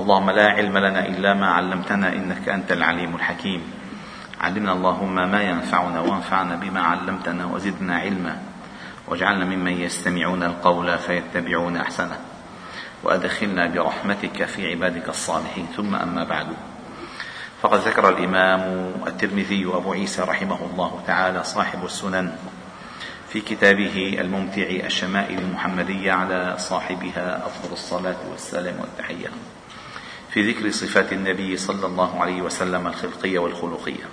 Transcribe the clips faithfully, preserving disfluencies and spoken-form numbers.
اللهم لا علم لنا إلا ما علمتنا إنك أنت العليم الحكيم. علمنا اللهم ما ينفعنا وانفعنا بما علمتنا وزدنا علما، واجعلنا ممن يستمعون القول فيتبعون أحسنه، وأدخلنا برحمتك في عبادك الصالحين. ثم أما بعد، فقد ذكر الإمام الترمذي أبو عيسى رحمه الله تعالى صاحب السنن في كتابه الممتع الشمائل المحمدية على صاحبها أفضل الصلاة والسلام والتحية في ذكر صفات النبي صلى الله عليه وسلم الخلقية والخلقية،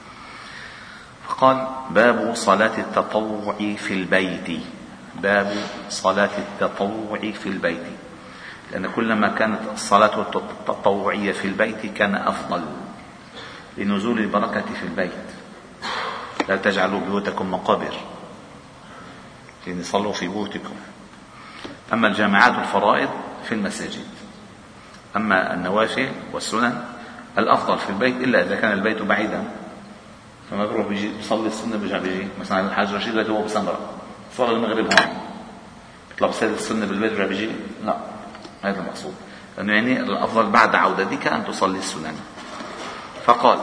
فقال: باب صلاة التطوع في البيت. باب صلاة التطوع في البيت، لأن كلما كانت الصلاة التطوعية في البيت كان أفضل لنزول البركة في البيت. لا تجعلوا بيوتكم مقابر، يعني صلوا في بيوتكم. أما الجامعات والفرائض في المساجد، أما النوافل والسنن الأفضل في البيت، إلا إذا كان البيت بعيدا، فما بروح بيجي بيصلي السنة بيرجع بيجي مثلا الحاج رشيد بيته هو بسمرة، صلى المغرب هون بيطلع بيصلي السنة بالبيت بيرجع بيجي، لا، هذا المقصود، لأنه يعني الأفضل بعد عودتك أن تصلي السنن. فقال: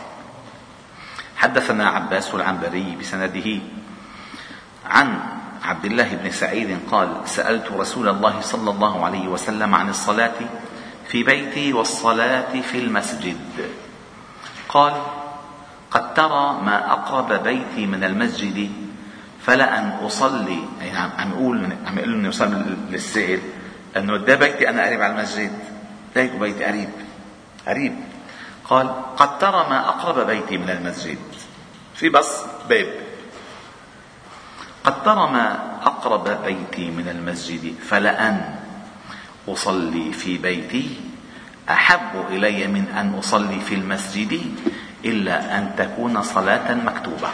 حدثنا عباس العنبري بسنده عن عبد الله بن سعيد قال: سألت رسول الله صلى الله عليه وسلم عن الصلاة في بيتي والصلاة في المسجد، قال: قد ترى ما أقرب بيتي من المسجد فلا أن أصلي. يعني عم يقول عم يقول إنه وصل للسائل أنه ده بيتي أنا قريب على المسجد، ده يكون بيتي قريب قريب. قال: قد ترى ما أقرب بيتي من المسجد، في بس باب. قد ترى ما أقرب بيتي من المسجد فلأن أصلي في بيتي أحب إلي من أن أصلي في المسجد، إلا أن تكون صلاة مكتوبة.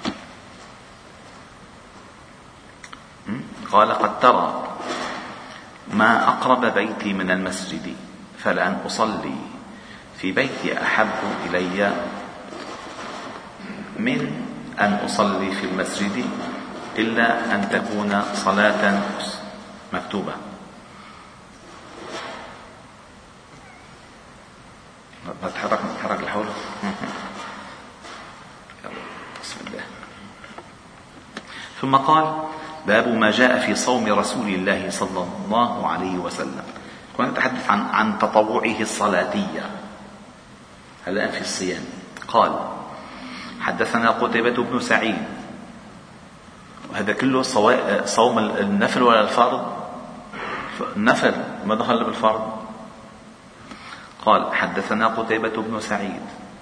قال: قد ترى ما أقرب بيتي من المسجد فلأن أصلي في بيتي أحب إلي من أن أصلي في المسجد، إلا أن تكون صلاة مكتوبة. بتحرك بتحرك الحول. بسم الله. ثم قال: باب ما جاء في صوم رسول الله صلى الله عليه وسلم. كنا نتحدث عن عن تطوعه الصلاتية، هلا في الصيام. قال: حدثنا قتيبة بن سعيد. وهذا كله صوم النفل ولا الفرض؟ النفل، ما دخل بالفرض. قال: حدثنا قتيبة بن سعيد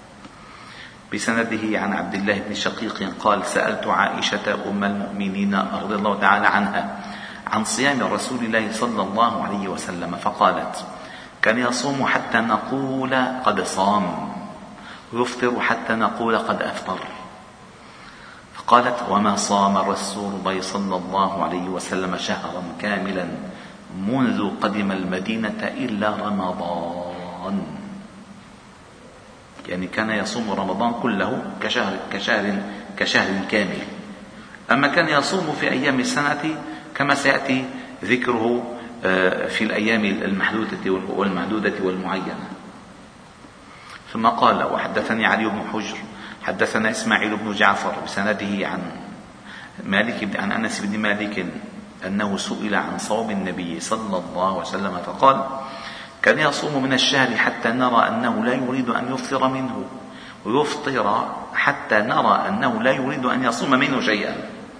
بسنده عن عبد الله بن شقيق قال: سألت عائشة أم المؤمنين رضي الله تعالى عنها عن صيام رسول الله صلى الله عليه وسلم، فقالت: كان يصوم حتى نقول قد صام، ويفطر حتى نقول قد أفطر. فقالت: وما صام رسول الله صلى الله عليه وسلم شهرا كاملا منذ قدم المدينة إلا رمضان. يعني كان يصوم رمضان كله كشهر كشهر كشهر كامل. أما كان يصوم في أيام السنة كما سيأتي ذكره في الأيام المحدودة والمعدودة والمعينة. ثم قال: وحدثني علي بن حجر حدثنا إسماعيل بن جعفر بسنده عن مالك عن أنس بن مالك أنه سئل عن صوم النبي صلى الله عليه وسلم فقال: كان يصوم من الشهر حتى نرى أنه لا يريد أن يفطر منه، ويفطر حتى نرى أنه لا يريد أن يصوم منه شيئا،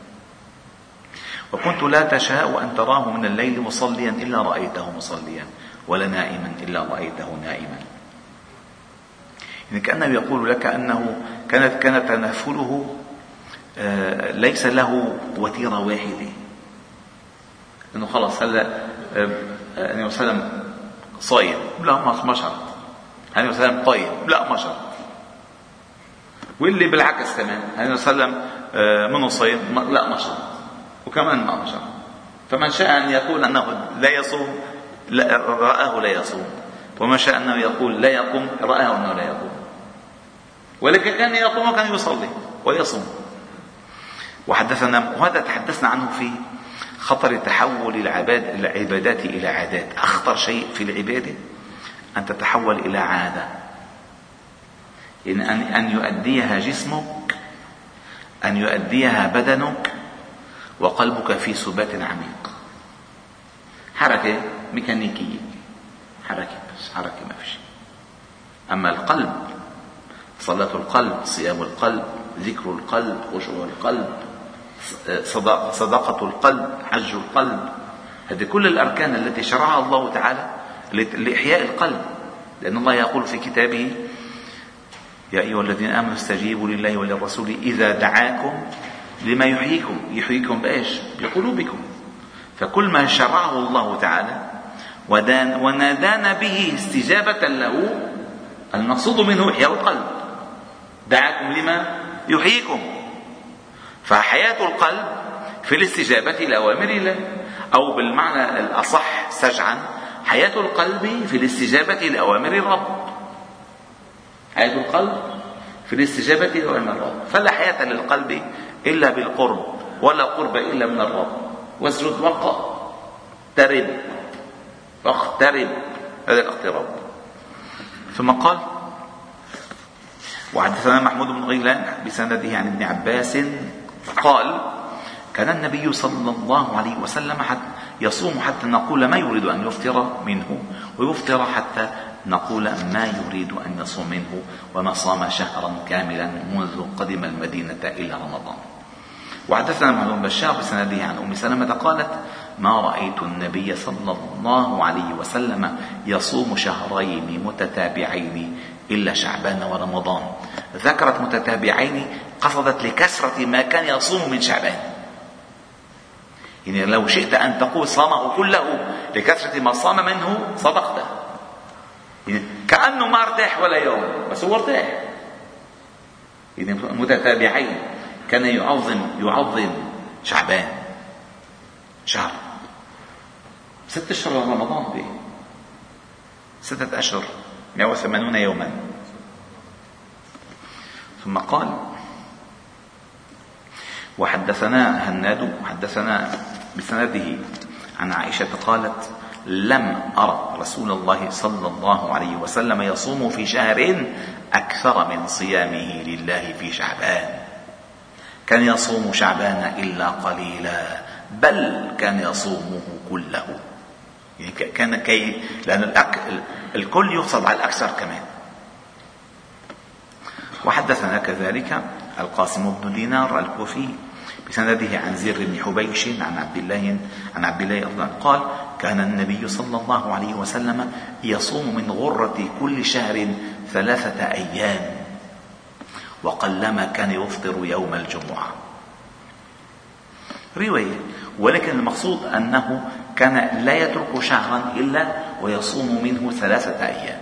وكنت لا تشاء أن تراه من الليل مصليا إلا رأيته مصليا، ولا نائما إلا رأيته نائما. يعني كأنه يقول لك أنه كانت كانت تنافله ليس له وتيرة واحدة، أنه خلاص هلا النبي صلى الله عليه وسلم صايم، لا ما شرط. النبي صلى الله عليه وسلم قايم، لا ما شرط. واللي بالعكس كمان النبي صلى الله عليه وسلم منه صايم، لا ما شرط، وكمان ما شرط. فمن شاء أن يقول أنه لا يصوم رآه لا يصوم، ومن شاء أنه يقول لا يقوم رآه أنه لا يقوم، ولكن كان يقوم وكان يصلي ويصوم. وحدثنا وهذا تحدثنا عنه في خطر تحول العباد العبادات إلى عادات. أخطر شيء في العبادة أن تتحول إلى عادة، يعني أن يؤديها جسمك، أن يؤديها بدنك، وقلبك في سبات عميق. حركة ميكانيكية، حركة بس حركة ما في شيء. أما القلب، صلاة القلب، صيام القلب، ذكر القلب، خشوع القلب، صداقة القلب، حج القلب، هذه كل الأركان التي شرعها الله تعالى لإحياء القلب. لأن الله يقول في كتابه: يا أيها الذين آمنوا استجيبوا لله وللرسول إذا دعاكم لما يحييكم. يحييكم بإيش؟ بقلوبكم. فكل ما شرعه الله تعالى ونادانا به استجابة له، المقصود منه إحياء القلب. دعاكم لما يحييكم، فحياة القلب في الاستجابة لأوامر الله، أو بالمعنى الأصح سجعا، حياة القلب في الاستجابة لأوامر الرب. حياة القلب في الاستجابة لأوامر الرب، فلا حياة للقلب إلا بالقرب، ولا قرب إلا من الرب. واسجد واقترب، واقترب، هذا الاقتراب. ثم قال: وحدثنا محمود بن غيلان بسنده عن ابن عباس قال: كان النبي صلى الله عليه وسلم حتى يصوم حتى نقول ما يريد أن يفطر منه، ويفطر حتى نقول ما يريد أن يصوم منه، وما صام شهرا كاملا منذ قدم المدينة إلى رمضان. وحدثنا محمد بن بشار بسنده عن أم سلمة قالت: ما رأيت النبي صلى الله عليه وسلم يصوم شهرين متتابعين إلا شعبان ورمضان. ذكرت متتابعين، قصدت لكثرة ما كان يصوم من شعبان. يعني لو شئت أن تقول صامه كله لكثرة ما صام منه صدقته، يعني كأنه ما ارتاح ولا يوم، بس هو ارتاح. يعني متتابعين، كان يعظم يعظم شعبان، شهر ست اشهر رمضان به ستة أشهر مئة وثمانون يوما. ثم قال: وحدثنا هناد حدثنا بسنده عن عائشة قالت: لم أرى رسول الله صلى الله عليه وسلم يصوم في شهر أكثر من صيامه لله في شعبان. كان يصوم شعبان إلا قليلا، بل كان يصومه كله. يعني كان كي لأن الأك... الكل يقصد على الأكثر كمان. وحدثنا كذلك القاسم بن دينار الكوفي بسنده عن زر بن حبيش عن عبد الله عن عبد الله قال: كان النبي صلى الله عليه وسلم يصوم من غرة كل شهر ثلاثة أيام، وقلما كان يفطر يوم الجمعة. رواية، ولكن المقصود أنه كان لا يترك شهرا إلا ويصوم منه ثلاثة أيام.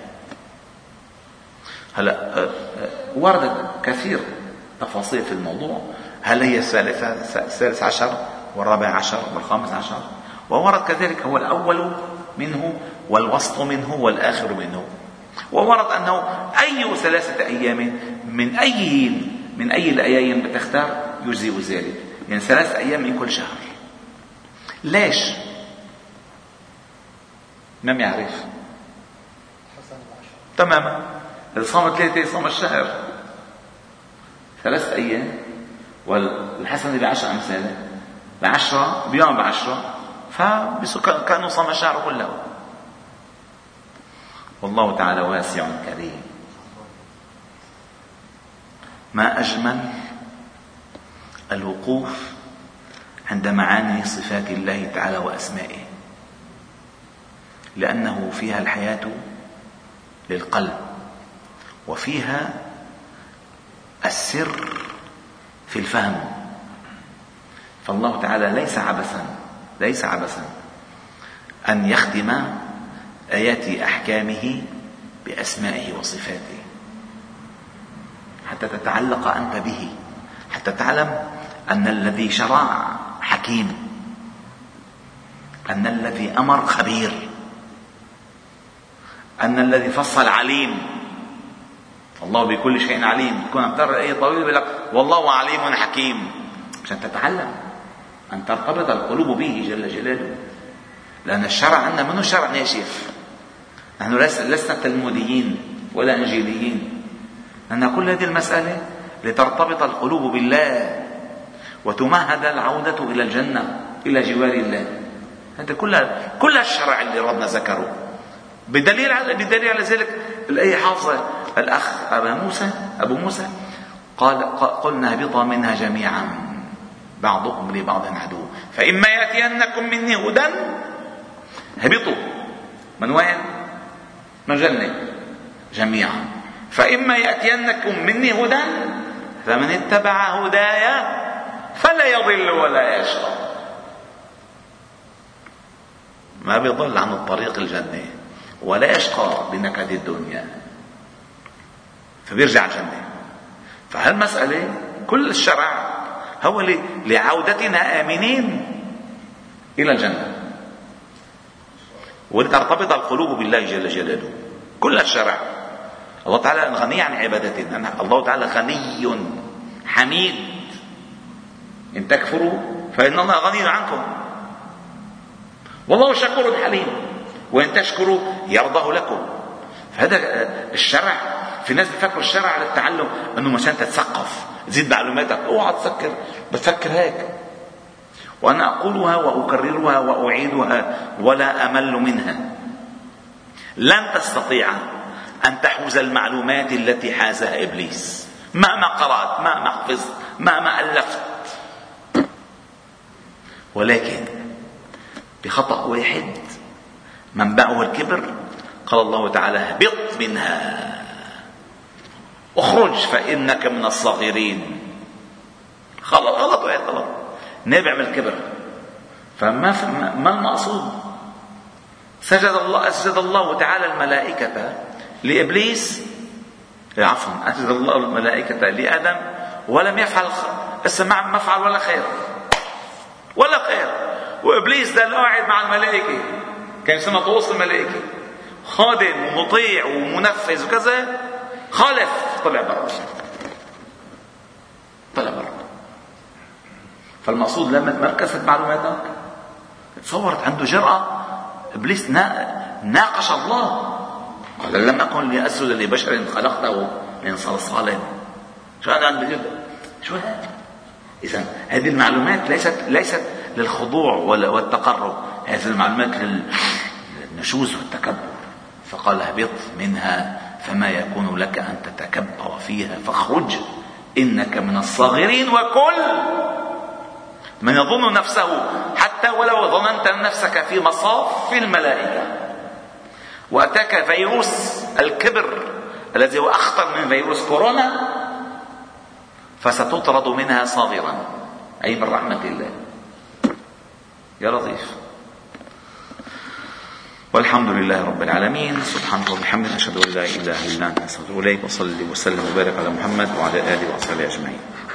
هلا وردت كثير تفاصيل في الموضوع، هل هي الثالثة الثالث عشر والرابع عشر والخامس عشر، وورد كذلك هو الأول منه والوسط منه والآخر منه. وورد أنه أي ثلاثة أيام من أي من أي الأيام بتختار يجزئ ذلك، يعني ثلاثة أيام من كل شهر. ليش؟ ما يعرف تماما. إذا صام ثلاثة صام الشهر ثلاث أيام، والحسنة بعشر أمثاله بعشرة بيوم بعشرة، فكانوا صام الشهر كله. والله تعالى واسع كريم. ما أجمل الوقوف عند معاني صفات الله تعالى وأسمائه، لأنه فيها الحياة للقلب، وفيها السر في الفهم. فالله تعالى ليس عبثا ليس عبثا أن يختم آيات أحكامه بأسمائه وصفاته، حتى تتعلق أنت به، حتى تعلم أن الذي شرع حكيم، أن الذي أمر خبير، أن الذي فصل عليم. الله بكل شيء عليم. تكون عم تقرأ آية طويلة يقول لك والله عليم حكيم، عشان تتعلم أن ترتبط القلوب به جل جلاله. لأن الشرع عندنا منه شرع ناشف، نحن لسنا تلموديين ولا انجيليين. أن كل هذه المسألة لترتبط القلوب بالله وتمهد العودة إلى الجنة إلى جوار الله. هذا كل كل الشرع اللي ربنا ذكره. بدليل على بدليل على ذلك الآية حافظة الأخ أبا موسى أبو موسى قال قلنا اهبطا منها جميعا بعضكم لبعض عدو فإما يأتينكم مني هدى. اهبطوا من وين؟ من الجنة جميعا. فإما يأتينكم مني هدى فمن اتبع هدايا فلا يضل ولا يشقى. ما بيضل عن الطريق الجنة ولا يشقى بنكد الدنيا، فبيرجع الجنة. فهالمسألة كل الشرع هو لعودتنا آمنين إلى الجنة ولترتبط القلوب بالله جل جلاله. كل الشرع الله تعالى غني عن عبادتنا. الله تعالى غني حميد. إن تكفروا فإن الله غني عنكم والله شكور حليم وإن تشكروا يرضه لكم. فهذا الشرع. في ناس بيفكروا الشرع للتعلم أنه مشان تتثقف تزيد معلوماتك. اوعى تفكر بتفكر هيك. وأنا أقولها وأكررها وأعيدها ولا أمل منها. لن تستطيع أن تحوز المعلومات التي حازها إبليس مهما قرأت مهما حفظت مهما ألفت. ولكن بخطأ واحد منبعه الكبر. قال الله تعالى اهبط منها اخرج فإنك من الصاغرين. غلط غلط وهي غلط نابع من الكبر. فما ما المقصود؟ سجد الله أسجد الله تعالى الملائكة لإبليس عفوا أسجد الله الملائكة لآدم ولم يفعل اسمع ما فعل ولا خير ولا خير. وإبليس ده قاعد مع الملائكة كان يسمى طقوس الملائكة خادم ومطيع ومنفذ وكذا. خالف طلع برا طلع برا. فالمقصود لما مركزت معلوماتك تصورت عنده جرأة. إبليس ناقش الله قال لم أكن لأسجد لبشر خلقته من صلصال. شو هذا عنده شو هذا؟ إذن هذه المعلومات ليست ليست للخضوع والتقرب. هذه المعلومات للنشوز والتكبر. فقال اهبط منها فما يكون لك أن تتكبر فيها فاخرج إنك من الصاغرين. وكل من يظن نفسه حتى ولو ظننت نفسك في مصاف الملائكة وأتاك فيروس الكبر الذي هو أخطر من فيروس كورونا فستطرد منها صاغرا أي من رحمة الله. يا لطيف. والحمد لله رب العالمين. سبحانك وبحمدك أشهد أن لا إله إلا أنت أستغفرك وإليك. وصلي وسلم وبارك على محمد وعلى آله وصحبه أجمعين.